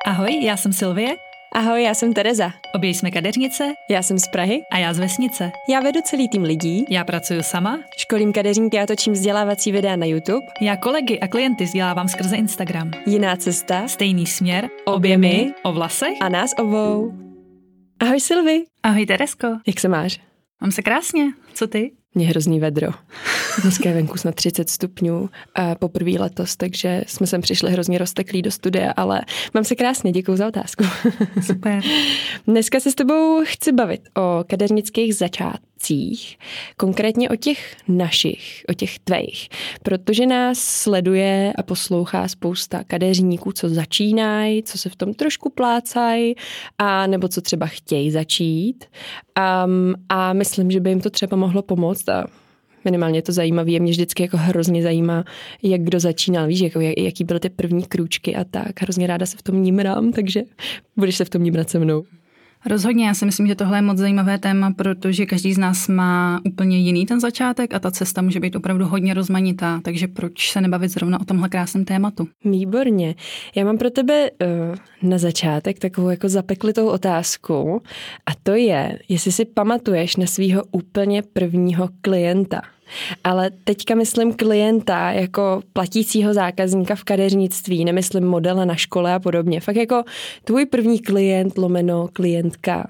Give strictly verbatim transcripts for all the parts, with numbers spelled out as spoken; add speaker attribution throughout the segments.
Speaker 1: Ahoj, já jsem Sylvie.
Speaker 2: Ahoj, já jsem Tereza.
Speaker 1: Obě jsme kadeřnice.
Speaker 2: Já jsem z Prahy.
Speaker 1: A já z vesnice.
Speaker 2: Já vedu celý tým lidí.
Speaker 1: Já pracuji sama.
Speaker 2: Školím kadeřníky a točím vzdělávací videa na YouTube.
Speaker 1: Já kolegy a klienty vzdělávám skrze Instagram.
Speaker 2: Jiná cesta.
Speaker 1: Stejný směr.
Speaker 2: Obě my.
Speaker 1: O vlasech.
Speaker 2: A nás obou. Ahoj Sylvi.
Speaker 1: Ahoj Teresko.
Speaker 2: Jak se máš?
Speaker 1: Mám se krásně. Co ty?
Speaker 2: Mě hrozný vedro. Dneska je venku snad třicet stupňů a poprvé letos, takže jsme sem přišli hrozně rozteklí do studia, ale mám se krásně, děkuju za otázku.
Speaker 1: Super.
Speaker 2: Dneska se s tebou chci bavit o kadeřnických začátcích, konkrétně o těch našich, o těch tvých, protože nás sleduje a poslouchá spousta kadeřníků, co začínají, co se v tom trošku plácají, a nebo co třeba chtějí začít. Um, a myslím, že by jim to třeba mohlo pomoct a minimálně je to zajímavé. Mě vždycky jako hrozně zajímá, jak kdo začínal, víš, jako jak, jaký byly ty první krůčky a tak. Hrozně ráda se v tom nímrám, takže budeš se v tom nímrat se mnou.
Speaker 1: Rozhodně, já si myslím, že tohle je moc zajímavé téma, protože každý z nás má úplně jiný ten začátek a ta cesta může být opravdu hodně rozmanitá, takže proč se nebavit zrovna o tomhle krásném tématu?
Speaker 2: Výborně. Já mám pro tebe uh, na začátek takovou jako zapeklitou otázku a to je, jestli si pamatuješ na svýho úplně prvního klienta. Ale teďka myslím klienta jako platícího zákazníka v kadeřnictví, nemyslím modele na škole a podobně. Fakt jako tvůj první klient lomeno klientka.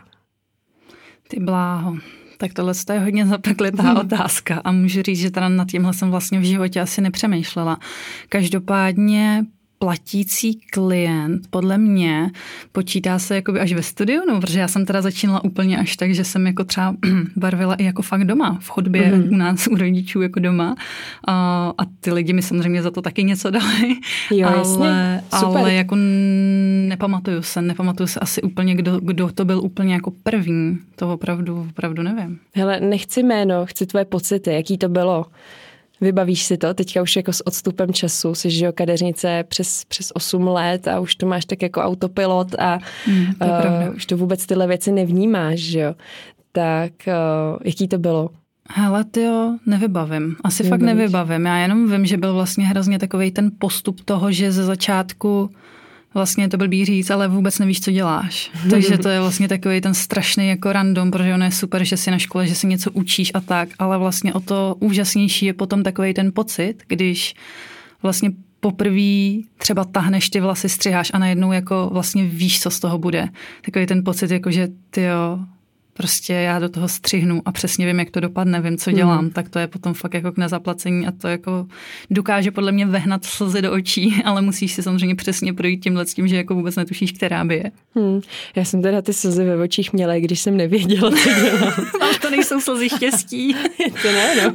Speaker 1: Ty bláho. Tak tohle je hodně zapeklitá hmm. otázka a můžu říct, že teda nad tímhle jsem vlastně v životě asi nepřemýšlela. Každopádně platící klient podle mě počítá se jakoby až ve studiu, no, protože já jsem teda začínala úplně až tak, že jsem jako třeba barvila i jako fakt doma, v chodbě mm-hmm. u nás, u rodičů jako doma a, a ty lidi mi samozřejmě za to taky něco dali,
Speaker 2: jo,
Speaker 1: ale,
Speaker 2: jasně.
Speaker 1: ale jako nepamatuju se, nepamatuju se asi úplně, kdo, kdo to byl úplně jako první, to opravdu, opravdu nevím.
Speaker 2: Hele, nechci jméno, chci tvoje pocity, jaký to bylo. Vybavíš si to? Teďka už jako s odstupem času, jsi, že jo, kadeřnice přes, přes osm let a už to máš tak jako autopilot a
Speaker 1: hmm, to
Speaker 2: uh, už to vůbec tyhle věci nevnímáš, že jo. Tak uh, jaký to bylo?
Speaker 1: Hele, tyjo, nevybavím. Asi Nevybavíš. Fakt nevybavím. Já jenom vím, že byl vlastně hrozně takovej ten postup toho, že ze začátku vlastně to blbý říct, ale vůbec nevíš, co děláš. Takže to je vlastně takový ten strašný jako random, protože ono je super, že jsi na škole, že si něco učíš a tak, ale vlastně o to úžasnější je potom takový ten pocit, když vlastně poprvé třeba tahneš ty vlasy, střiháš a najednou jako vlastně víš, co z toho bude. Takový ten pocit, jako že tyjo, prostě já do toho střihnu a přesně vím, jak to dopadne, vím, co dělám, hmm. tak to je potom fakt jako k nezaplacení a to jako dokáže podle mě vehnat slzy do očí, ale musíš si samozřejmě přesně projít tímhle s tím, že jako vůbec netušíš, která by je.
Speaker 2: Hmm. Já jsem teda ty slzy ve očích měla, když jsem nevěděla, co dělám.
Speaker 1: Ale to nejsou slzy štěstí.
Speaker 2: To ne, no.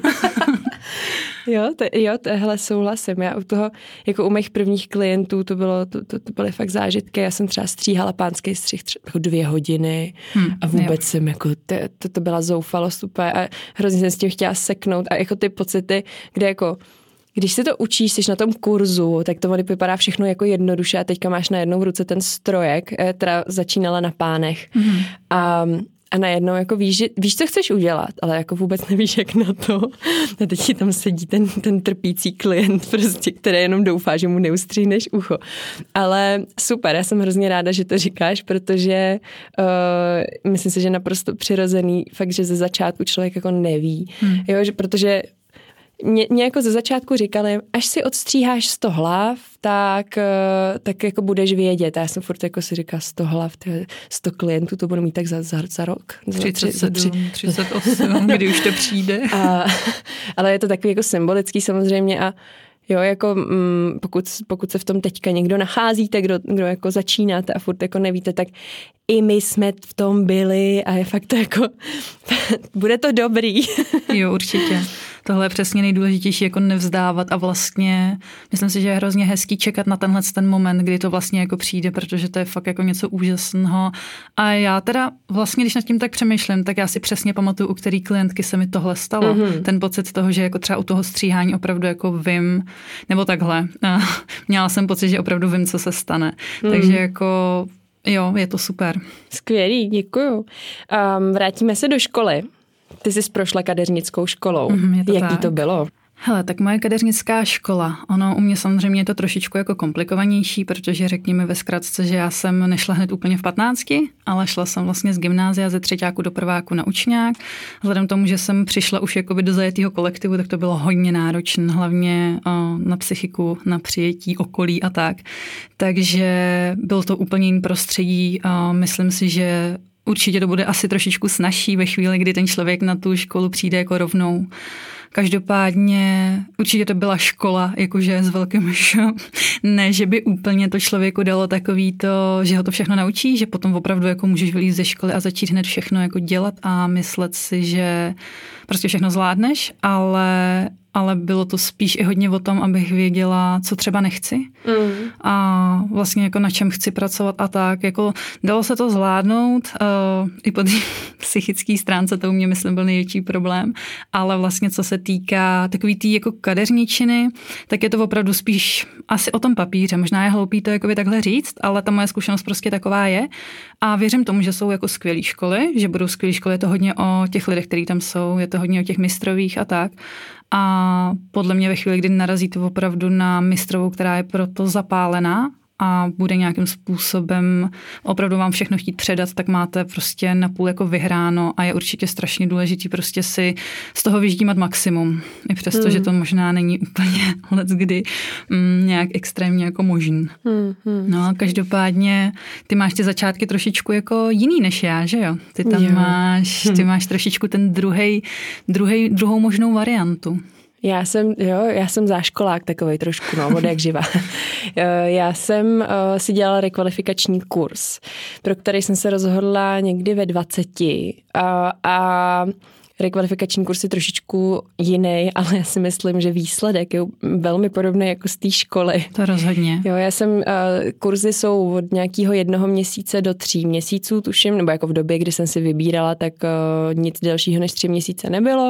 Speaker 2: Jo, to, jo, tohle souhlasím. Já u toho, jako u mých prvních klientů, to bylo, to, to, to byly fakt zážitky. Já jsem třeba stříhala pánský střih třeba jako dvě hodiny hmm, a vůbec jo. jsem jako, to, to, to byla zoufalost úplně a hrozně jsem s tím chtěla seknout a jako ty pocity, kde jako když se to učíš, jsi na tom kurzu, tak to vypadá všechno jako jednoduše a teďka máš na jednou v ruce ten strojek, která začínala na pánech. Hmm. A A najednou jako víš, že, víš, co chceš udělat, ale jako vůbec nevíš, jak na to. A teď ti tam sedí ten, ten trpící klient, prostě, který jenom doufá, že mu neustříhneš ucho. Ale super, já jsem hrozně ráda, že to říkáš, protože uh, myslím si, že naprosto přirozený fakt, že ze začátku člověk jako neví. Hmm. Jo, že protože Mě, mě jako ze začátku říkali, až si odstříháš sto hlav, tak, tak jako budeš vědět. A já jsem furt jako si říkala sto hlav, sto klientů, to budu mít tak za, za, za rok.
Speaker 1: třicet sedm, třicet osm, kdy už to přijde.
Speaker 2: A, ale je to takový jako symbolický samozřejmě a jo, jako mm, pokud, pokud se v tom teďka někdo nacházíte, kdo, kdo jako začínáte a furt jako nevíte, tak i my jsme v tom byli a je fakt to jako, bude to dobrý.
Speaker 1: Jo, určitě. Tohle je přesně nejdůležitější, jako nevzdávat a vlastně myslím si, že je hrozně hezký čekat na tenhle ten moment, kdy to vlastně jako přijde, protože to je fakt jako něco úžasného. A já teda vlastně, když nad tím tak přemýšlím, tak já si přesně pamatuju, u který klientky se mi tohle stalo. Mm-hmm. Ten pocit toho, že jako třeba u toho stříhání opravdu jako vím, nebo takhle. Měla jsem pocit, že opravdu vím, co se stane. Mm. Takže jako jo, je to super.
Speaker 2: Skvělý, děkuju. Um, vrátíme se do školy. Ty jsi prošla kadeřnickou školou.
Speaker 1: Mm,
Speaker 2: Jaký
Speaker 1: tak.
Speaker 2: to bylo?
Speaker 1: Hele, tak moje kadeřnická škola, ono u mě samozřejmě je to trošičku jako komplikovanější, protože řekněme ve zkratce, že já jsem nešla hned úplně v patnácti, ale šla jsem vlastně z gymnázia ze třeťáku do prváku na učňák. Vzhledem k tomu, že jsem přišla už jakoby do zajetého kolektivu, tak to bylo hodně náročné, hlavně o, na psychiku, na přijetí okolí a tak. Takže bylo to úplně jiný prostředí. O, myslím si, že určitě to bude asi trošičku snazší ve chvíli, kdy ten člověk na tu školu přijde jako rovnou. Každopádně určitě to byla škola, jakože s velkým š. Ne, že by úplně to člověku dalo takový to, že ho to všechno naučí, že potom opravdu jako můžeš vylít ze školy a začít hned všechno jako dělat a myslet si, že prostě všechno zvládneš, ale, ale bylo to spíš i hodně o tom, abych věděla, co třeba nechci mm. a vlastně jako na čem chci pracovat a tak. Jako dalo se to zvládnout, uh, i po té psychické stránce to u mě, myslím, byl největší problém, ale vlastně co se týká takový tý jako kadeřničiny, tak je to opravdu spíš asi o tom papíře. Možná je hloupý to jakoby takhle říct, ale ta moje zkušenost prostě taková je a věřím tomu, že jsou jako skvělé školy, že budou skvělé školy, je to hodně o těch lidech, kteří tam jsou, je to hodně o těch mistrových a tak. A podle mě ve chvíli, kdy narazíte opravdu na mistrovou, která je proto zapálená a bude nějakým způsobem opravdu vám všechno chtít předat, tak máte prostě napůl jako vyhráno a je určitě strašně důležitý prostě si z toho vyždímat maximum. I přesto, hmm. že to možná není úplně leckdy mm, nějak extrémně jako možný. Hmm, hmm. No každopádně ty máš ty začátky trošičku jako jiný než já, že jo? Ty tam jo. máš, ty máš trošičku ten druhej, druhej, druhou možnou variantu.
Speaker 2: Já jsem, jo, já jsem záškolák takovej trošku, no, od jak živa. Já jsem uh, si dělala rekvalifikační kurz, pro který jsem se rozhodla někdy ve dvaceti a, a rekvalifikační kurz je trošičku jiný, ale já si myslím, že výsledek je velmi podobný jako z té školy.
Speaker 1: To rozhodně.
Speaker 2: Jo, já jsem, uh, kurzy jsou od nějakého jednoho měsíce do tří měsíců, tuším, nebo jako v době, kdy jsem si vybírala, tak uh, nic delšího než tři měsíce nebylo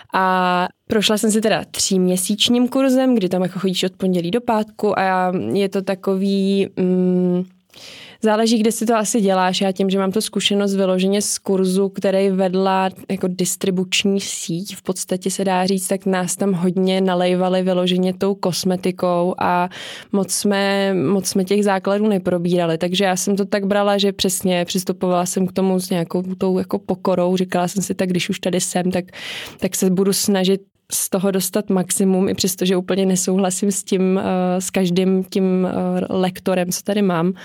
Speaker 2: a prošla jsem si teda tříměsíčním kurzem, kdy tam jako chodíš od pondělí do pátku a je to takový... Mm, záleží, kde si to asi děláš. Já tím, že mám tu zkušenost vyloženě z kurzu, který vedla jako distribuční síť, v podstatě se dá říct, tak nás tam hodně nalejvali vyloženě tou kosmetikou a moc jsme, moc jsme těch základů neprobírali. Takže já jsem to tak brala, že přesně přistupovala jsem k tomu s nějakou tou jako pokorou. Říkala jsem si tak, když už tady jsem, tak, tak se budu snažit z toho dostat maximum, i přesto, že úplně nesouhlasím s tím, s každým tím lektorem, co tady mám.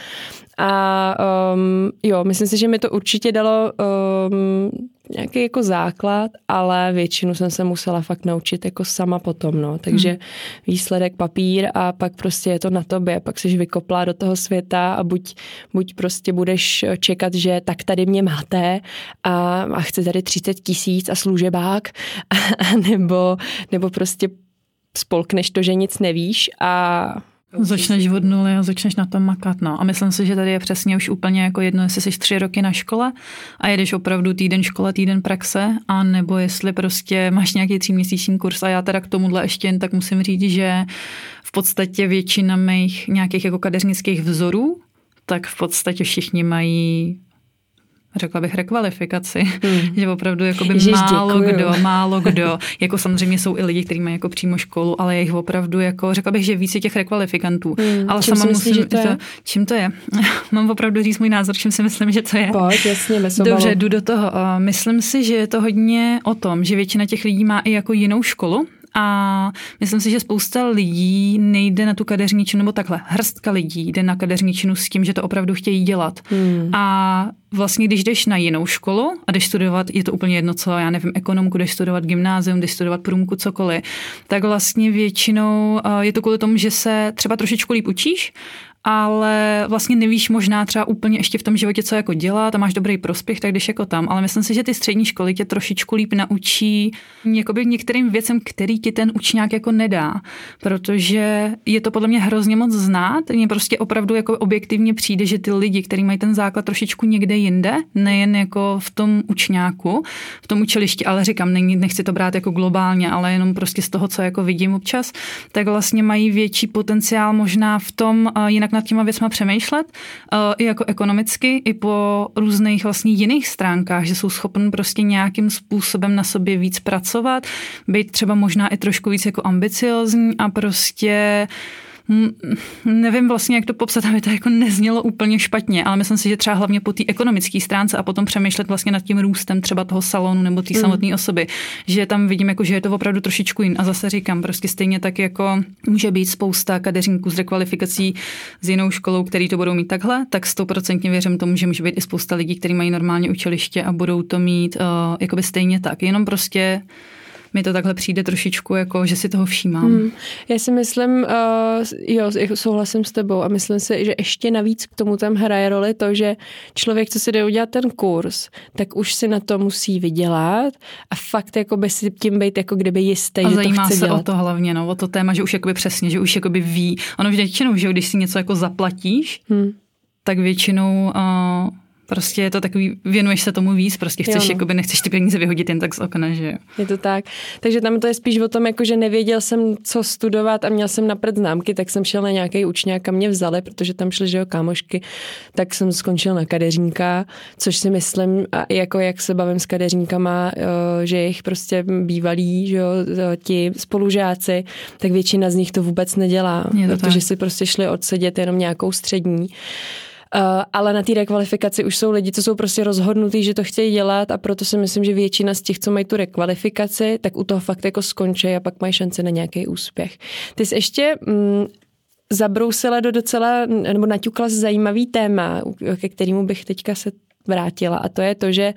Speaker 2: A um, jo, myslím si, že mi to určitě dalo um, nějaký jako základ, ale většinu jsem se musela fakt naučit jako sama potom, no. Takže hmm. výsledek papír a pak prostě je to na tobě, pak jsi vykoplá do toho světa a buď, buď prostě budeš čekat, že tak tady mě máte a, a chci tady třicet tisíc a služebák, a, a nebo, nebo prostě spolkneš to, že nic nevíš a
Speaker 1: začneš od nuly a začneš na tom makat, no. A myslím si, že tady je přesně už úplně jako jedno, jestli jsi tři roky na škole a jedeš opravdu týden škola, týden praxe, a nebo jestli prostě máš nějaký tříměsíční kurz a já teda k tomuhle ještě jen tak musím říct, že v podstatě většina mých nějakých jako kadeřnických vzorů, tak v podstatě všichni mají, řekla bych, rekvalifikaci, hmm. že opravdu jakoby Ježiš, málo děkuju. kdo, málo kdo, jako samozřejmě jsou i lidi, kteří mají jako přímo školu, ale je jich opravdu jako, řekla bych, že více těch rekvalifikantů. Hmm. Ale
Speaker 2: čím
Speaker 1: sama
Speaker 2: myslí,
Speaker 1: musím,
Speaker 2: že to je?
Speaker 1: To, čím to je? Mám opravdu říct můj názor, čím si myslím, že to je.
Speaker 2: Pojď, jasně, bez
Speaker 1: Dobře, jdu do toho. Myslím si, že je to hodně o tom, že většina těch lidí má i jako jinou školu. A myslím si, že spousta lidí nejde na tu kadeřničinu, nebo takhle, hrstka lidí jde na kadeřničinu s tím, že to opravdu chtějí dělat. Hmm. A vlastně, když jdeš na jinou školu a jdeš studovat, je to úplně jedno, co, já nevím, ekonomku, jdeš studovat gymnázium, jdeš studovat průmku, cokoliv, tak vlastně většinou je to kvůli tomu, že se třeba trošičku líp učíš, ale vlastně nevíš možná třeba úplně ještě v tom životě, co jako dělat a máš dobrý prospěch, tak jdeš jako tam. Ale myslím si, že ty střední školy tě trošičku líp naučí jakoby některým věcem, který ti ten učňák jako nedá. Protože je to podle mě hrozně moc znát. Mně prostě opravdu jako objektivně přijde, že ty lidi, kteří mají ten základ trošičku někde jinde, nejen jako v tom učňáku, v tom učilišti, ale říkám, nechci to brát jako globálně, ale jenom prostě z toho, co jako vidím občas, tak vlastně mají větší potenciál možná v tom, jinak jinak nad těma věcma přemýšlet, uh, i jako ekonomicky, i po různých vlastně jiných stránkách, že jsou schopni prostě nějakým způsobem na sobě víc pracovat, být třeba možná i trošku víc jako ambiciozní a prostě nevím vlastně, jak to popsat, aby to jako neznělo úplně špatně, ale myslím si, že třeba hlavně po té ekonomické stránce a potom přemýšlet vlastně nad tím růstem třeba toho salonu nebo té mm. samotné osoby, že tam vidím, jako, že je to opravdu trošičku jin. A zase říkám, prostě stejně tak jako může být spousta kadeřníků s rekvalifikací s jinou školou, který to budou mít takhle, tak stoprocentně věřím tomu, že může být i spousta lidí, kteří mají normálně učiliště a budou to mít uh, jakoby stejně tak. Jenom prostě mi to takhle přijde trošičku, jako, že si toho všímám. Hmm.
Speaker 2: Já si myslím, uh, jo, souhlasím s tebou a myslím si, že ještě navíc k tomu tam hraje roli to, že člověk, co si jde udělat ten kurz, tak už si na to musí vydělat a fakt jakoby si tím být jako kdyby jistý, že to chce dělat. A zajímá se
Speaker 1: o to hlavně, no, o to téma, že už jakoby přesně, že už jakoby ví. Ono většinou, že když si něco jako zaplatíš, hmm. tak většinou uh, prostě je to takový, věnuješ se tomu víc, prostě chceš, jo, no. jakoby nechceš ty peníze vyhodit jen tak z okna, že jo.
Speaker 2: Je to tak. Takže tam to je spíš o tom, jako, že nevěděl jsem, co studovat a měl jsem napřed známky, tak jsem šel na nějaký učňák a mě vzali, protože tam šly, že jo, kámošky, tak jsem skončil na kadeřníka, což si myslím, a jako jak se bavím s kadeřníkama, že jich prostě bývalí, že jo, ti spolužáci, tak většina z nich to vůbec nedělá, protože tak. si prostě šli odsedět jenom nějakou střední. Uh, ale na té rekvalifikaci už jsou lidi, co jsou prostě rozhodnutí, že to chtějí dělat a proto si myslím, že většina z těch, co mají tu rekvalifikaci, tak u toho fakt jako skončí a pak mají šanci na nějaký úspěch. Ty jsi ještě mm, zabrousila do docela, nebo naťukla zajímavý téma, ke kterému bych teďka se vrátila a to je to, že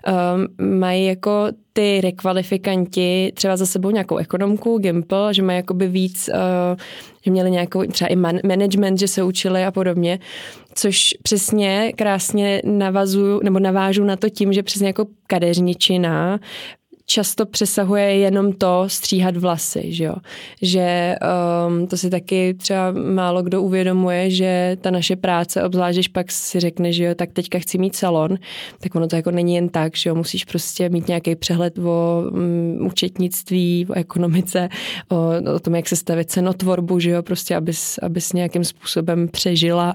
Speaker 2: um, mají jako ty rekvalifikanti třeba za sebou nějakou ekonomku, Gimple, že mají jakoby víc, uh, že měli nějakou třeba i man- management, že se učili a podobně, což přesně krásně navazuju, nebo navážu na to tím, že přesně jako kadeřničina často přesahuje jenom to stříhat vlasy, že jo. Že um, to si taky třeba málo kdo uvědomuje, že ta naše práce, obzvlášť, když pak si řekne, že jo, tak teďka chci mít salon, tak ono to jako není jen tak, že jo, musíš prostě mít nějaký přehled o um, účetnictví, o ekonomice, o, o tom, jak se stavit cenotvorbu, že jo, prostě, abys, abys nějakým způsobem přežila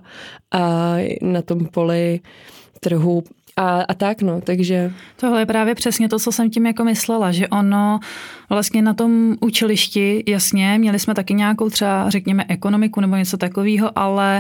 Speaker 2: a na tom poli trhu A, a tak, no, takže...
Speaker 1: Tohle je právě přesně to, co jsem tím jako myslela, že ono vlastně na tom učilišti, jasně, měli jsme taky nějakou třeba, řekněme, ekonomiku nebo něco takového, ale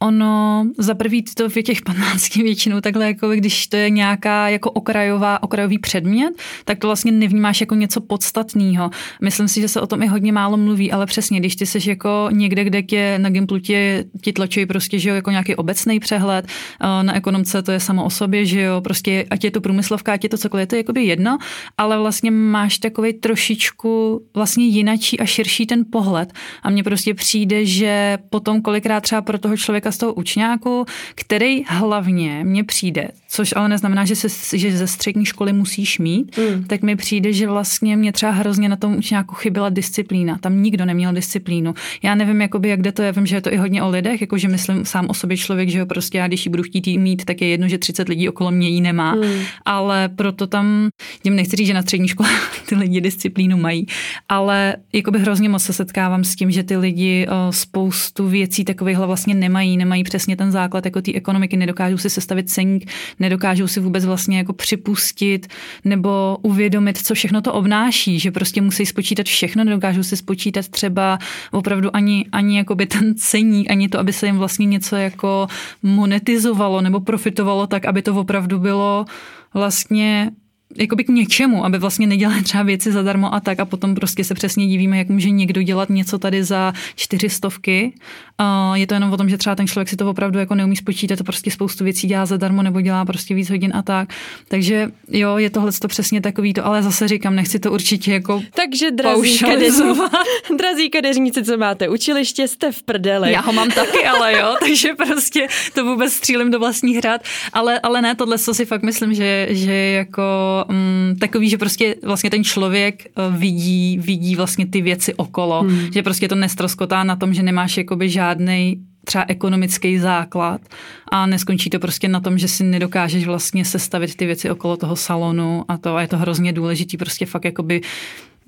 Speaker 1: ono za prvý to v těch patnácti většinou takhle, jako když to je nějaká jako okrajová, okrajový předmět, tak to vlastně nevnímáš jako něco podstatného. Myslím si, že se o tom i hodně málo mluví, ale přesně, když ty seš jako někde, kde tě na Gimplu tě, ti tlačují prostě, že jo, jako nějaký obecný přehled, na ekonomce to je samo o sobě, že jo, prostě ať je to průmyslovka, ať je to cokoliv, to je jakoby jedno, ale vlastně máš takovej trošičku vlastně jinačí a širší ten pohled a mně prostě přijde, že potom kolikrát třeba pro toho člověka z toho učňáku, který hlavně mně přijde, což ale neznamená, že, se, že ze střední školy musíš mít, mm. tak mi přijde, že vlastně mě třeba hrozně na tom učňáku chyběla disciplína. Tam nikdo neměl disciplínu. Já nevím, jakoby, jak jde to, já vím, že je to i hodně o lidech, jakože myslím sám o sobě člověk, že jo, prostě já, když ji budu chtít mít, tak je jedno, že třicet lidí okolo mě jí nemá, mm. ale proto tam, tím nechci říct, že na střední škole ty lidi disciplínu mají, ale jakoby hrozně moc se setkávám s tím, že ty lidi o, spoustu věcí takovýchhle vlastně nemají, nemají přesně ten základ jako té ekonomiky, nedokážou si sestavit ceník, nedokážou si vůbec vlastně jako připustit nebo uvědomit, co všechno to obnáší, že prostě musí spočítat všechno, nedokážou si spočítat třeba opravdu ani, ani jakoby ten ceník, ani to, aby se jim vlastně něco jako monetizovalo nebo profitovalo tak, aby to opravdu bylo vlastně jakoby k něčemu, aby vlastně nedělali třeba věci zadarmo a tak a potom prostě se přesně divíme, jak může někdo dělat něco tady za čtyři stovky. A je to jenom o tom, že třeba ten člověk si to opravdu jako neumí spočítat, to prostě spoustu věcí dělá zadarmo nebo dělá prostě víc hodin a tak. Takže jo, je tohle to přesně takový to, ale zase říkám, nechci to určitě jako
Speaker 2: takže drazí kadeřníci, drazí kadeřníci, co máte učiliště, jste v prdeli.
Speaker 1: Já ho mám taky, ale jo, takže prostě to vůbec střílím do vlastních hrad, ale, ale ne, tohle co si fakt myslím, že, že jako um, takový, že prostě vlastně ten člověk uh, vidí, vidí vlastně ty věci okolo, hmm. že prostě to nestroskotá na tom, že nemáš jakoby žádnej třeba ekonomický základ a neskončí to prostě na tom, že si nedokážeš vlastně sestavit ty věci okolo toho salonu a to a je to hrozně důležitý prostě fakt jakoby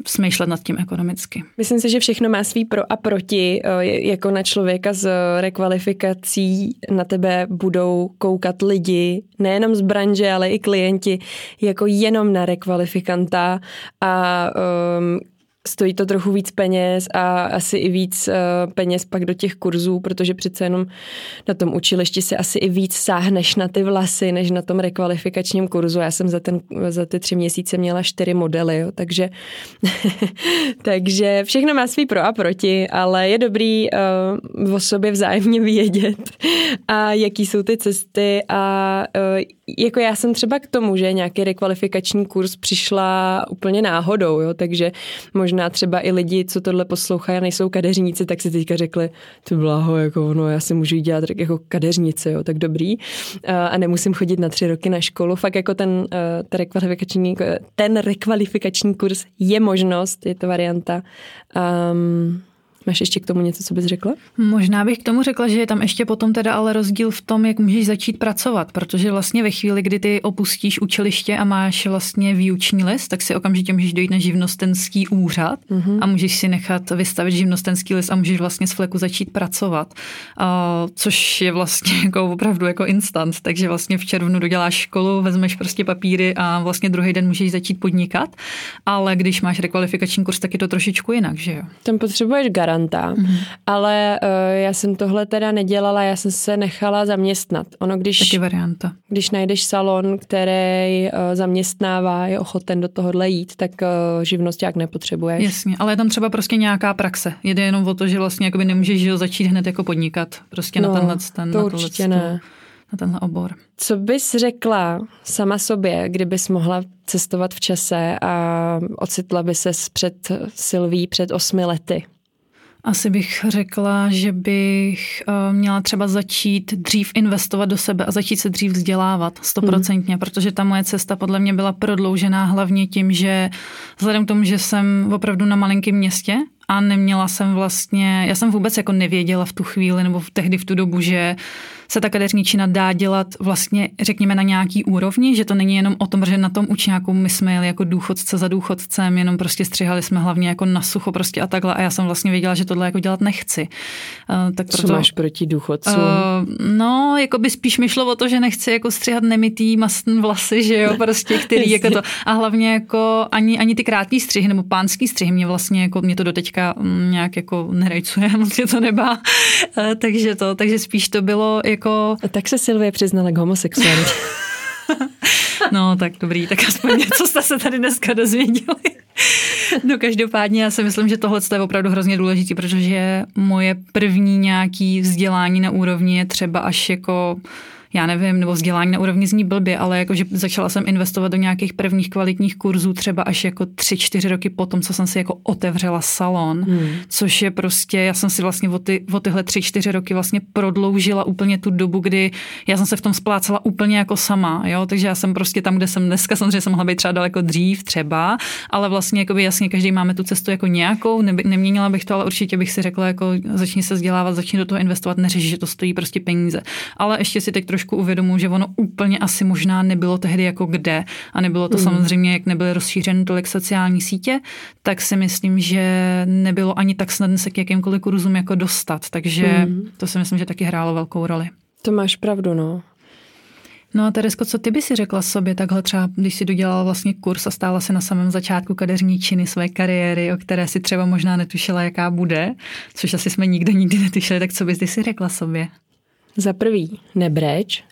Speaker 1: smýšlet nad tím ekonomicky.
Speaker 2: Myslím si, že všechno má svý pro a proti. Jako na člověka s rekvalifikací na tebe budou koukat lidi, nejenom z branže, ale i klienti, jako jenom na rekvalifikanta a um, stojí to trochu víc peněz a asi i víc uh, peněz pak do těch kurzů, protože přece jenom na tom učilišti si asi i víc sáhneš na ty vlasy, než na tom rekvalifikačním kurzu. Já jsem za, ten, za ty tři měsíce měla čtyři modely, jo, takže, takže všechno má svý pro a proti, ale je dobrý uh, o sobě vzájemně vědět a jaký jsou ty cesty a uh, jako já jsem třeba k tomu, že nějaký rekvalifikační kurz přišla úplně náhodou, jo, takže možná třeba i lidi, co tohle poslouchají a nejsou kadeřníci, tak si teďka řekli, ty bláho, jako no, já si můžu jít dělat jako kadeřnice, jo, tak dobrý. A nemusím chodit na tři roky na školu. Fakt jako ten, ten, rekvalifikační, ten rekvalifikační kurz je možnost, je to varianta. Um, Máš ještě k tomu něco, co bys řekla?
Speaker 1: Možná bych k tomu řekla, že je tam ještě potom teda ale rozdíl v tom, jak můžeš začít pracovat, protože vlastně ve chvíli, kdy ty opustíš učiliště a máš vlastně výuční list, tak si okamžitě můžeš dojít na živnostenský úřad mm-hmm. a můžeš si nechat vystavit živnostenský list a můžeš vlastně z fleku začít pracovat, a, což je vlastně jako opravdu jako instant, takže vlastně v červnu doděláš školu, vezmeš prostě papíry a vlastně druhý den můžeš začít podnikat, ale když máš rekvalifikační kurz, tak je to trošičku jinak, že jo?
Speaker 2: Tam potřebuješ garant. Mm-hmm. Ale uh, já jsem tohle teda nedělala, já jsem se nechala zaměstnat. Ono, když,
Speaker 1: taky varianta.
Speaker 2: Když najdeš salon, který uh, zaměstnává, je ochoten do tohohle jít, tak uh, živnosťák nepotřebuješ.
Speaker 1: Jasně, ale je tam třeba prostě nějaká praxe. Jde jenom o to, že vlastně jakoby nemůžeš začít hned jako podnikat. Prostě no, na tenhle ten,
Speaker 2: to
Speaker 1: na
Speaker 2: určitě ne.
Speaker 1: Na tenhle obor.
Speaker 2: Co bys řekla sama sobě, kdybys mohla cestovat v čase a ocitla by ses před Sylví před osmi lety?
Speaker 1: Asi bych řekla, že bych měla třeba začít dřív investovat do sebe a začít se dřív vzdělávat stoprocentně, hmm. protože ta moje cesta podle mě byla prodloužená hlavně tím, že vzhledem k tomu, že jsem opravdu na malinkém městě a neměla jsem vlastně, já jsem vůbec jako nevěděla v tu chvíli nebo v tehdy v tu dobu, že se ta kadeřničina dá dělat vlastně, řekněme, na nějaký úrovni, že to není jenom o tom, že na tom učňáku my jsme jeli jako důchodce za důchodcem, jenom prostě střihali jsme hlavně jako na sucho prostě a takhle a já jsem vlastně věděla, že tohle jako dělat nechci. Uh, tak proto,
Speaker 2: co máš proti důchodcům?
Speaker 1: Uh, no, jako by spíš mi šlo o to, že nechci jako střihat nemitý mastný vlasy, že jo, prostě, který jako to a hlavně jako ani, ani ty krátký střihy nebo pánský střihy mě vlastně jako, mě to doteďka nějak jako nerejcuje, moc mě to nebá, uh, takže to, takže spíš to bylo jako
Speaker 2: A tak se Sylvie přiznala k homosexualitě.
Speaker 1: No tak dobrý, tak aspoň něco jste se tady dneska dozvěděli. No každopádně já si myslím, že tohle je opravdu hrozně důležité, protože moje první nějaký vzdělání na úrovni je třeba až jako já nevím, nebo vzdělání na úrovni zní blbě, ale jakože začala jsem investovat do nějakých prvních kvalitních kurzů třeba až jako tři, čtyři roky potom, co jsem si jako otevřela salon, hmm. což je prostě, já jsem si vlastně o, ty, o tyhle tři, čtyři roky vlastně prodloužila úplně tu dobu, kdy já jsem se v tom splácala úplně jako sama, jo, takže já jsem prostě tam, kde jsem dneska, samozřejmě jsem mohla být třeba daleko dřív třeba, ale vlastně jakoby jasně každý máme tu cestu jako nějakou, ne, neměnila bych to, ale určitě bych si řekla jako začni se vzdělávat, začni do toho investovat, neřeš, že to stojí prostě peníze. Ale ještě si teď trošku uvědomuji, že ono úplně asi možná nebylo tehdy jako kde a nebylo to mm. samozřejmě, jak nebyly rozšířeny tolik sociální sítě, tak si myslím, že nebylo ani tak snadné se k jakýmkoliv kurzům jako dostat, takže mm. to si myslím, že taky hrálo velkou roli.
Speaker 2: To máš pravdu, no.
Speaker 1: No a Teresko, co ty by si řekla sobě takhle třeba, když si dodělala vlastně kurz a stála si na samém začátku kadeřničiny své kariéry, o které si třeba možná netušila, jaká bude, což asi jsme nikdo nikdy netušili, tak co bys ty si řekla sobě?
Speaker 2: Za prvý, nebreč.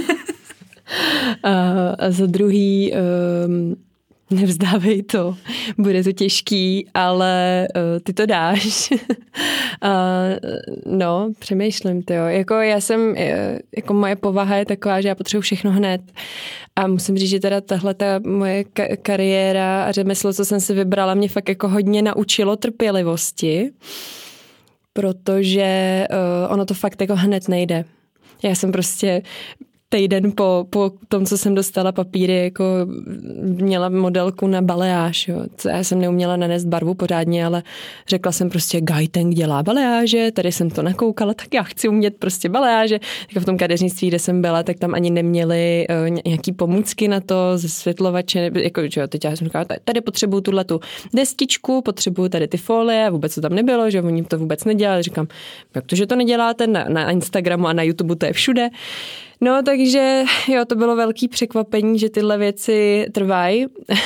Speaker 2: a, a za druhý, um, nevzdávej to. Bude to těžký, ale uh, ty to dáš. a, no, přemýšlím, tyjo. Jako já jsem, jako moje povaha je taková, že já potřebuji všechno hned. A musím říct, že teda tahle ta moje ka- kariéra a řemeslo, co jsem si vybrala, mě fakt jako hodně naučilo trpělivosti. Protože uh, ono to fakt jako hned nejde. Já jsem prostě týden po, po tom, co jsem dostala papíry, jako měla modelku na baleáž. Jo. Já jsem neuměla nanést barvu pořádně, ale řekla jsem prostě Gajteng dělá baleáže, tady jsem to nakoukala, tak já chci umět prostě baleáže. Tak v tom kadeřnictví, kde jsem byla, tak tam ani neměli uh, nějaký pomůcky na to, zesvětlovače, jako, že jo, teď já jsem říkala, tady potřebuju tuhletu destičku, potřebuju tady ty folie, vůbec to tam nebylo, že oni to vůbec nedělali. Říkám, jak to, že to neděláte na, na Instagramu a na YouTube, to je všude. No, takže jo, to bylo velký překvapení, že tyhle věci trvají,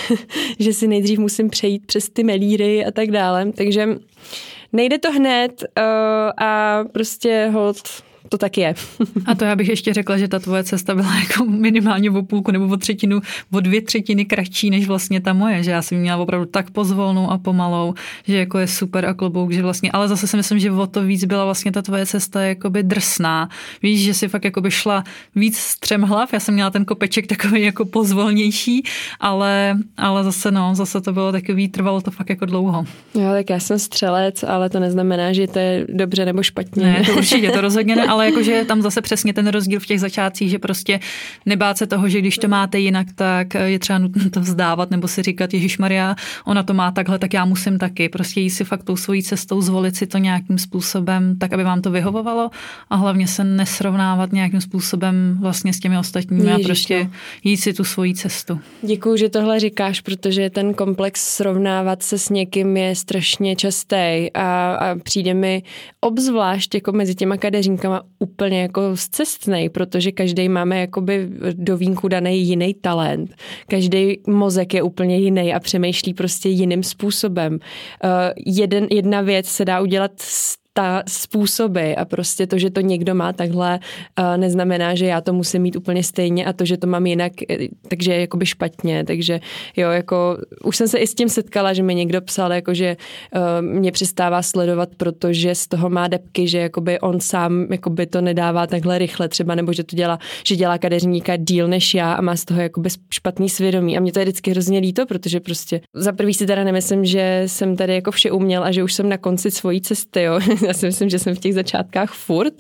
Speaker 2: že si nejdřív musím přejít přes ty melíry a tak dále, takže nejde to hned uh, a prostě hold, to tak je.
Speaker 1: A to já bych ještě řekla, že ta tvoje cesta byla jako minimálně o půlku nebo o třetinu, o dvě třetiny kratší než vlastně ta moje, že já jsem měla opravdu tak pozvolnou a pomalou, že jako je super a klobouk, že vlastně, ale zase si myslím, že o to víc byla vlastně ta tvoje cesta jakoby drsná. Víš, že si fakt jakoby šla víc střemhlav, já jsem měla ten kopeček takový jako pozvolnější, ale, ale zase no, zase to bylo takový, trvalo to fakt jako dlouho.
Speaker 2: Jo, tak já jsem střelec, ale to neznamená, že to je dobře nebo špatně.
Speaker 1: Ne, to určitě, to rozhodně ne, ale jakože tam zase přesně ten rozdíl v těch začátcích, že prostě nebát se toho, že když to máte jinak, tak je třeba nutno to vzdávat nebo si říkat, Ježišmarja, ona to má takhle, tak já musím taky. Prostě jít si fakt tou svojí cestou, zvolit si to nějakým způsobem, tak aby vám to vyhovovalo a hlavně se nesrovnávat nějakým způsobem vlastně s těmi ostatními Ježiš, a prostě no. jít si tu svojí cestu.
Speaker 2: Děkuju, že tohle říkáš, protože ten komplex srovnávat se s někým je strašně častý a, a přijde mi obzvlášť jako mezi těma kadeřníkama úplně jako zcestnej, protože každý máme jakoby do vínku daný jiný talent. Každý mozek je úplně jiný a přemýšlí prostě jiným způsobem. Uh, jeden, jedna věc se dá udělat ta způsoby a prostě to, že to někdo má takhle, neznamená, že já to musím mít úplně stejně a to, že to mám jinak, takže je jakoby špatně, takže jo, jako už jsem se i s tím setkala, že mi někdo psal, jako že uh, mě přestává sledovat, protože z toho má depky, že jakoby on sám jakoby to nedává takhle rychle třeba, nebo že to dělá, že dělá kadeřníka díl než já a má z toho jakoby špatný svědomí a mě to je vždycky hrozně líto, protože prostě za prvý si teda nemyslím, že jsem tady jako vše uměl a že už jsem na konci svojí cesty, jo. Já si myslím, že jsem v těch začátkách furt,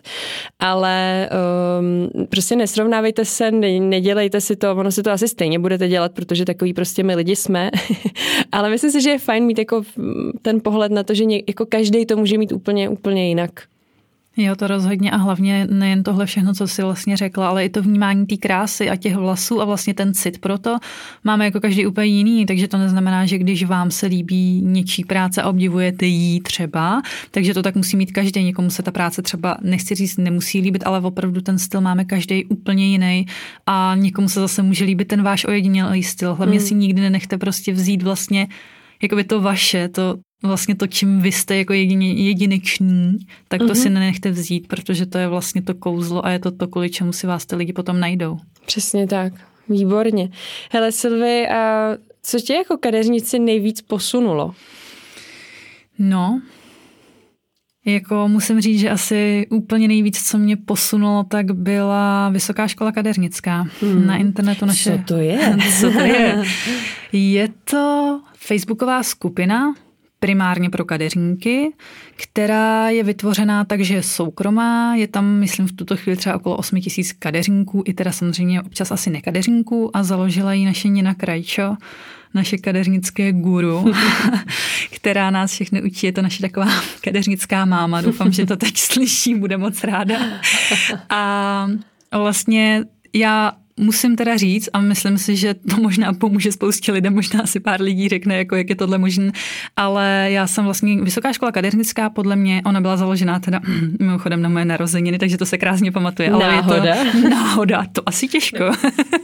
Speaker 2: ale um, prostě nesrovnávejte se, ne, nedělejte si to, ono si to asi stejně budete dělat, protože takový prostě my lidi jsme, ale myslím si, že je fajn mít jako ten pohled na to, že ně, jako každý to může mít úplně, úplně jinak.
Speaker 1: Jo, to rozhodně a hlavně nejen tohle všechno, co jsi vlastně řekla, ale i to vnímání té krásy a těch vlasů a vlastně ten cit pro to máme jako každý úplně jiný, takže to neznamená, že když vám se líbí něčí práce a obdivujete jí třeba, takže to tak musí mít každý, někomu se ta práce třeba, nechci říct, nemusí líbit, ale opravdu ten styl máme každý úplně jiný a někomu se zase může líbit ten váš ojedinělý styl. Hlavně hmm. si nikdy nenechte prostě vzít vlastně jakoby to vaše, to vlastně to, čím vy jste jako jedině, jedinečný, tak to mm-hmm. si nenechte vzít, protože to je vlastně to kouzlo a je to to, kvůli čemu si vás ty lidi potom najdou.
Speaker 2: Přesně tak. Výborně. Hele Silvi, a co tě jako kadeřnici nejvíc posunulo?
Speaker 1: No, jako musím říct, že asi úplně nejvíc, co mě posunulo, tak byla Vysoká škola kadeřnická. Hmm. Na internetu naše...
Speaker 2: Co to je?
Speaker 1: Co to je? Je to facebooková skupina, primárně pro kadeřníky, která je vytvořená tak, že je soukromá. Je tam, myslím, v tuto chvíli třeba okolo osm tisíc kadeřníků, i teda samozřejmě občas asi nekadeřníků a založila ji naše Nina Krajčo, naše kadeřnické guru, která nás všechny učí. Je to naše taková kadeřnická máma. Doufám, že to teď slyší, bude moc ráda. A vlastně já musím teda říct, a myslím si, že to možná pomůže spoustě lidem, možná si pár lidí řekne, jako jak je tohle možné, ale já jsem vlastně Vysoká škola kadeřnická, podle mě, ona byla založená teda mimochodem na moje narozeniny, takže to se krásně pamatuje. Ale
Speaker 2: náhoda?
Speaker 1: Je to, náhoda, to asi těžko.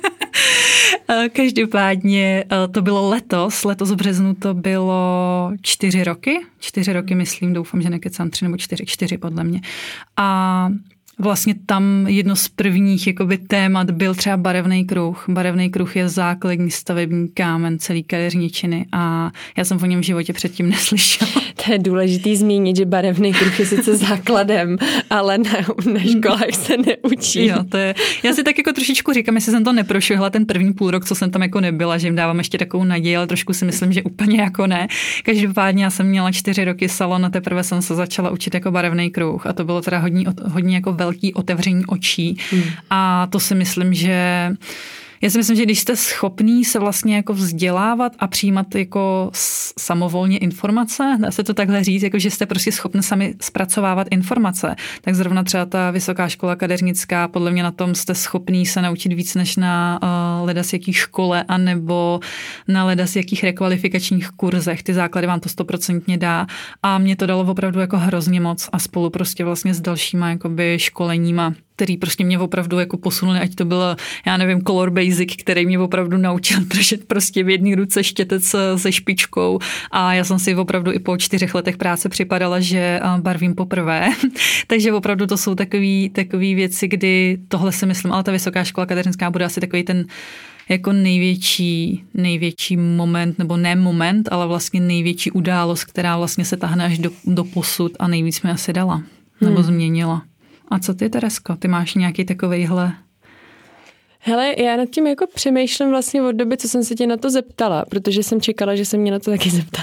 Speaker 1: Každopádně to bylo letos, letos v březnu to bylo čtyři roky, čtyři roky myslím, doufám, že nekecám tři nebo čtyři, čtyři podle mě. A vlastně tam jedno z prvních jakoby, témat byl třeba barevný kruh. Barevný kruh je základní stavební kámen celý kadeřničiny a já jsem o něm v životě předtím neslyšela.
Speaker 2: To je důležitý zmínit, že barevný kruh je sice základem, ale na, na školách se neučí.
Speaker 1: Jo, to je, já si tak jako trošičku říkám, jestli jsem to neprošvihla ten první půl rok, co jsem tam jako nebyla, že jim dávám ještě takovou naději, ale trošku si myslím, že úplně jako ne. Každopádně já jsem měla čtyři roky salon a teprve jsem se začala učit jako barevný kruh a to bylo teda hodně, hodně jako velké velký otevření očí. Hmm. A to si myslím, že Já si myslím, že když jste schopný se vlastně jako vzdělávat a přijímat jako samovolně informace, dá se to takhle říct, jako že jste prostě schopni sami zpracovávat informace, tak zrovna třeba ta Vysoká škola kadeřnická, podle mě na tom jste schopný se naučit víc než na uh, leda z jakých škole anebo na leda z jakých rekvalifikačních kurzech. Ty základy vám to stoprocentně dá a mě to dalo opravdu jako hrozně moc a spolu prostě vlastně s dalšíma jakoby školeníma, který prostě mě opravdu jako posunuli, ať to bylo, já nevím, Color Basic, který mě opravdu naučil držet prostě v jedné ruce štětec se špičkou a já jsem si opravdu i po čtyřech letech práce připadala, že barvím poprvé. Takže opravdu to jsou takový, takový věci, kdy tohle si myslím, ale ta Vysoká škola kadeřnická bude asi takový ten jako největší, největší moment, nebo ne moment, ale vlastně největší událost, která vlastně se tahne až do, do posud a nejvíc mi asi dala, nebo hmm. změnila. A co ty, Teresko? Ty máš nějaký takovejhle?
Speaker 2: Hele, já nad tím jako přemýšlím vlastně od doby, co jsem se tě na to zeptala, protože jsem čekala, že se mě na to taky zeptá.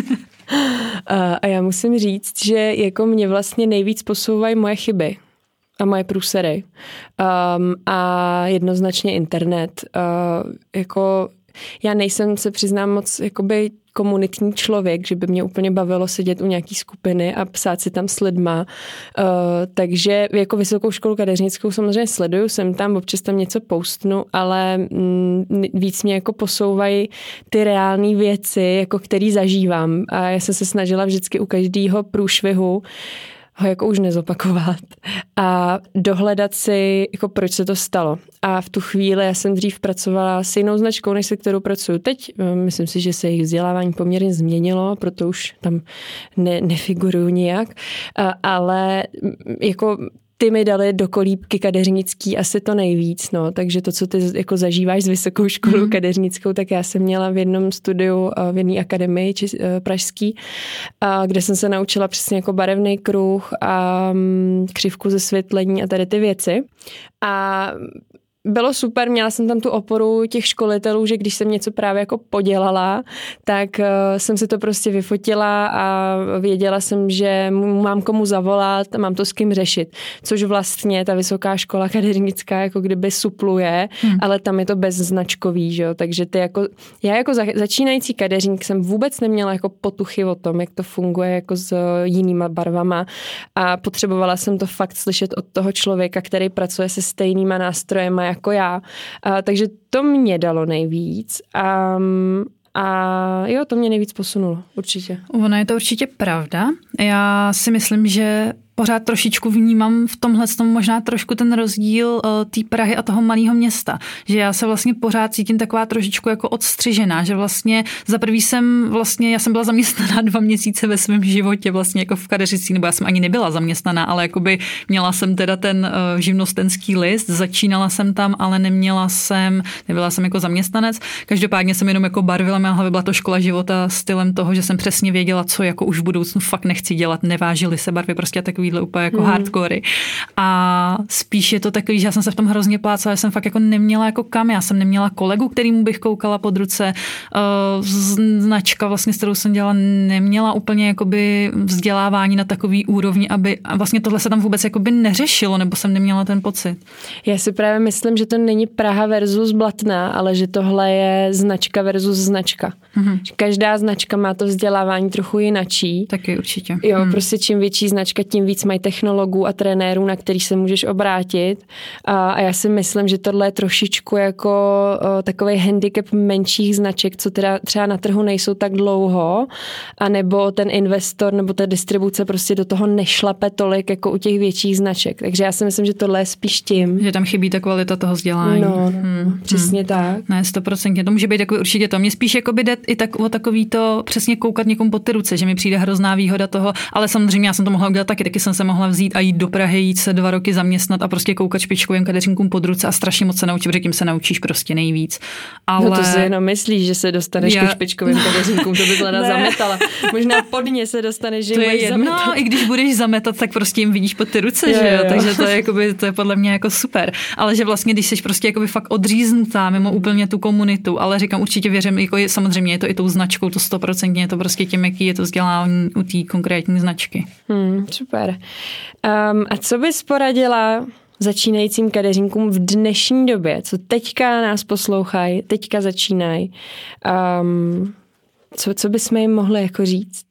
Speaker 2: A já musím říct, že jako mě vlastně nejvíc posouvají moje chyby a moje průsery. Um, a jednoznačně internet. Uh, jako já nejsem, se přiznám, moc jakoby komunitní člověk, že by mě úplně bavilo sedět u nějaký skupiny a psát si tam s lidma. Uh, takže jako Vysokou školu kadeřnickou samozřejmě sleduju, jsem tam, občas tam něco postnu, ale mm, víc mě jako posouvají ty reální věci, jako který zažívám. A já jsem se snažila vždycky u každého průšvihu ho jako už nezopakovat a dohledat si, jako proč se to stalo. A v tu chvíli já jsem dřív pracovala s jinou značkou, než se kterou pracuju teď. Myslím si, že se jejich vzdělávání poměrně změnilo, proto už tam ne, nefiguruju nijak. Ale jako ty mi dali do kolíbky kadeřnický asi to nejvíc, no, takže to, co ty jako zažíváš s Vysokou školou mm. kadeřnickou, tak já jsem měla v jednom studiu, v jedné akademii či, pražský, a kde jsem se naučila přesně jako barevný kruh a křivku zesvětlení a tady ty věci. A bylo super, měla jsem tam tu oporu těch školitelů, že když jsem něco právě jako podělala, tak uh, jsem si to prostě vyfotila a věděla jsem, že mám komu zavolat a mám to s kým řešit. Což vlastně ta Vysoká škola kadeřnická jako kdyby supluje, hmm. ale tam je to bezznačkový, že jo? Takže ty jako, já jako za, začínající kadeřník jsem vůbec neměla jako potuchy o tom, jak to funguje jako s jinýma barvama a potřebovala jsem to fakt slyšet od toho člověka, který pracuje se stejnýma nástrojema jako já. A, takže to mě dalo nejvíc. A, a jo, to mě nejvíc posunulo, určitě.
Speaker 1: Ono je to určitě pravda. Já si myslím, že pořád trošičku vnímám v tomhle tom možná trošku ten rozdíl uh, té Prahy a toho malého města. Že já se vlastně pořád cítím taková trošičku jako odstřižená, že vlastně za prvý jsem vlastně, já jsem byla zaměstnaná dva měsíce ve svém životě vlastně jako v kadeřicí, nebo já jsem ani nebyla zaměstnaná, ale jakoby měla jsem teda ten uh, živnostenský list, začínala jsem tam, ale neměla jsem, nebyla jsem jako zaměstnanec. Každopádně jsem jenom jako barvila, mé hlavě byla to škola života stylem toho, že jsem přesně věděla, co jako už v budoucnu fakt nechci dělat, nevážily se barvy, prostě takový úplně jako hmm. hardcore. A spíš je to takový, že já jsem se v tom hrozně plácala, já jsem fakt jako neměla jako kam, já jsem neměla kolegu, kterýmu bych koukala pod ruce. Značka vlastně, s kterou jsem dělala, neměla úplně jakoby vzdělávání na takový úrovni, aby a vlastně tohle se tam vůbec jakoby neřešilo, nebo jsem neměla ten pocit.
Speaker 2: Já si právě myslím, že to není Praha versus Blatná, ale že tohle je značka versus značka. Hmm. Každá značka má to vzdělávání trochu jinačí.
Speaker 1: Taky určitě.
Speaker 2: Jo, hmm. prostě čím větší značka, tím víc mají technologů a trenérů, na který se můžeš obrátit. A, a já si myslím, že tohle je trošičku jako o, takový handicap menších značek, co teda třeba na trhu nejsou tak dlouho, anebo ten investor nebo ta distribuce prostě do toho nešlape tolik jako u těch větších značek. Takže já si myslím, že tohle je spíš tím.
Speaker 1: Že tam chybí ta kvalita toho vzdělání.
Speaker 2: No, hmm. přesně hmm. tak.
Speaker 1: Ne, stoprocentně. To může být takový určitě to. Mně spíš jako by jde i tak, o takový to přesně koukat někomu pod ty ruce, že mi přijde hrozná výhoda toho, ale samozřejmě já jsem to mohla udělat taky, taky jsem se mohla vzít a jít do Prahy, jít se dva roky zaměstnat a prostě koukat špičkovým kadeřníkům pod ruce a strašně moc se naučit, protože tím se naučíš prostě nejvíc. Ale...
Speaker 2: No to si jenom myslíš, že se dostaneš já... ke špičkovým kadeřníkům, to bys leda zametala. Možná pod ně se dostaneš, že
Speaker 1: to
Speaker 2: jim
Speaker 1: je jedno,
Speaker 2: zametat.
Speaker 1: I když budeš zametat, tak prostě jim vidíš pod ty ruce,
Speaker 2: jo,
Speaker 1: že jo?
Speaker 2: jo.
Speaker 1: Takže to je, jakoby, to je podle mě jako super. Ale že vlastně, když jsi prostě jakoby fakt odříznutá mimo úplně tu komunitu, ale říkám, určitě věřím, jako je, samozřejmě je to i tou značkou, to stoprocentně je to prostě tím, jaký je to vzdělání u té konkrétní značky.
Speaker 2: Hmm, super. Um, a co bys poradila začínajícím kadeřníkům v dnešní době, co teďka nás poslouchají, teďka začínají? Um, co, co bychom jim mohli jako říct?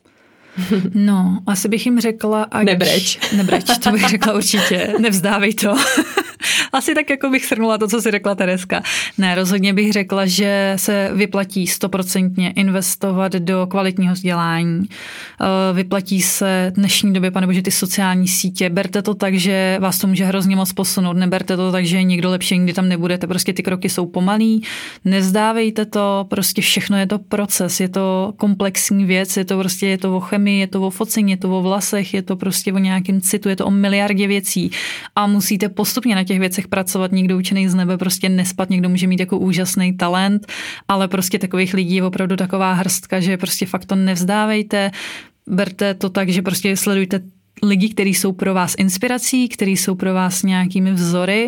Speaker 1: No, asi bych jim řekla... Ať...
Speaker 2: Nebreč.
Speaker 1: Nebreč, to bych řekla určitě. Nevzdávej to. Asi tak, jako bych shrnula to, co si řekla Tereska. Ne, rozhodně bych řekla, že se vyplatí stoprocentně investovat do kvalitního vzdělání. Vyplatí se v dnešní době, panebože, ty sociální sítě. Berte to tak, že vás to může hrozně moc posunout. Neberte to tak, že někdo lepší, nikdy tam nebudete. Prostě ty kroky jsou pomalý. Nevzdávejte to. Prostě všechno je to proces. Je to komplexní věc. Je to prostě, je to o chemii, je to o focení, je to o vlasech, je to prostě o nějakém citu, je to o miliardě věcí. A musíte postupně na těch věcech pracovat, někdo učený z nebe prostě nespat, někdo může mít jako úžasný talent, ale prostě takových lidí je opravdu taková hrstka, že prostě fakt to nevzdávejte, berte to tak, že prostě sledujte lidi, kteří jsou pro vás inspirací, kteří jsou pro vás nějakými vzory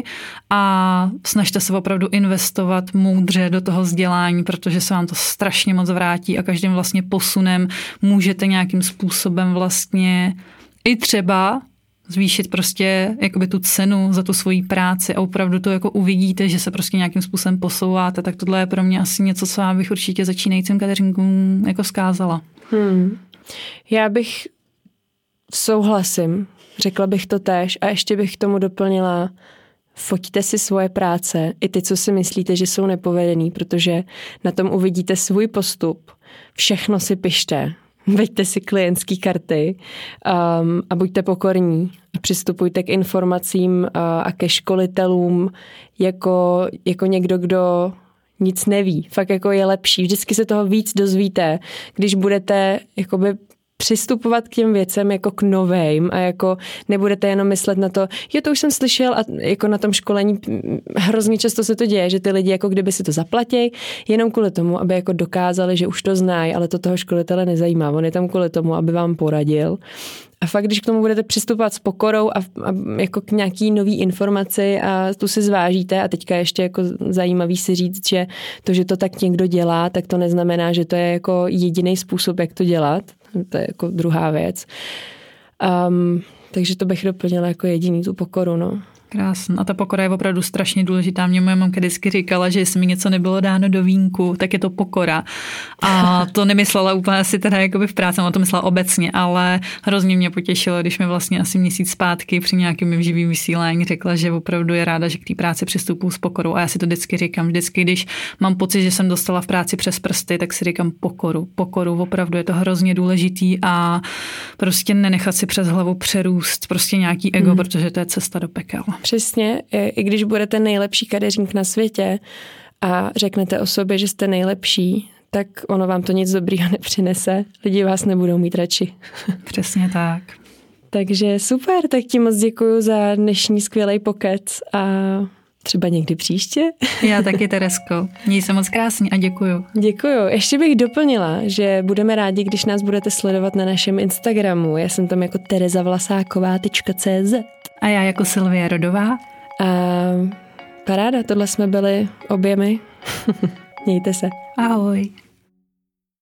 Speaker 1: a snažte se opravdu investovat moudře do toho vzdělání, protože se vám to strašně moc vrátí a každým vlastně posunem můžete nějakým způsobem vlastně i třeba zvýšit prostě jakoby tu cenu za tu svoji práci a opravdu to jako uvidíte, že se prostě nějakým způsobem posouváte, tak tohle je pro mě asi něco, co já bych určitě začínajícím kadeřníkům jako vzkázala.
Speaker 2: Hmm. Já bych souhlasím, řekla bych to též a ještě bych k tomu doplnila, foťte si svoje práce, i ty, co si myslíte, že jsou nepovedený, protože na tom uvidíte svůj postup, všechno si pište, veďte si klientský karty um, a buďte pokorní a přistupujte k informacím uh, a ke školitelům jako, jako někdo, kdo nic neví. Fakt jako je lepší. Vždycky se toho víc dozvíte, když budete jakoby přistupovat k těm věcem jako k novým a jako nebudete jenom myslet na to, jo, to už jsem slyšel a jako na tom školení hrozně často se to děje, že ty lidi jako kdyby si to zaplatí, jenom kvůli tomu, aby jako dokázali, že už to znají, ale to toho školitele nezajímá. On je tam kvůli tomu, aby vám poradil. A fakt, když k tomu budete přistupovat s pokorou a, a jako k nějaký nový informaci a tu si zvážíte a teďka ještě jako zajímavý si říct, že to, že to tak někdo dělá, tak to neznamená, že to je jako jediný způsob, jak to dělat. To je jako druhá věc. Um, takže to bych doplnila jako jediný tu pokoru, no.
Speaker 1: Krásně. A ta pokora je opravdu strašně důležitá. Mě moje mamka vždycky říkala, že jestli mi něco nebylo dáno do vínku, tak je to pokora. A to nemyslela úplně asi teda jakoby v práci, ona to myslela obecně, ale hrozně mě potěšilo, když mi vlastně asi měsíc zpátky při nějakém živým vysílání řekla, že opravdu je ráda, že k té práci přistupuji s pokorou. A já si to vždycky říkám, vždycky, když mám pocit, že jsem dostala v práci přes prsty, tak si říkám pokoru. Pokoru, opravdu je to hrozně důležitý a prostě nenechat si přes hlavu přerůst prostě nějaký ego, mm. protože to je cesta do pekel.
Speaker 2: Přesně, i když budete nejlepší kadeřník na světě a řeknete o sobě, že jste nejlepší, tak ono vám to nic dobrýho nepřinese. Lidi vás nebudou mít radši.
Speaker 1: Přesně tak.
Speaker 2: Takže super, tak ti moc děkuju za dnešní skvělej pokec a třeba někdy příště.
Speaker 1: Já taky, Teresko. Měj se moc krásně a děkuju.
Speaker 2: Děkuju. Ještě bych doplnila, že budeme rádi, když nás budete sledovat na našem Instagramu. Já jsem tam jako tereza vlasáková tečka cé zet.
Speaker 1: A já jako Silvia Rodová.
Speaker 2: A paráda, tohle jsme byli oběmi. Mějte se.
Speaker 1: Ahoj.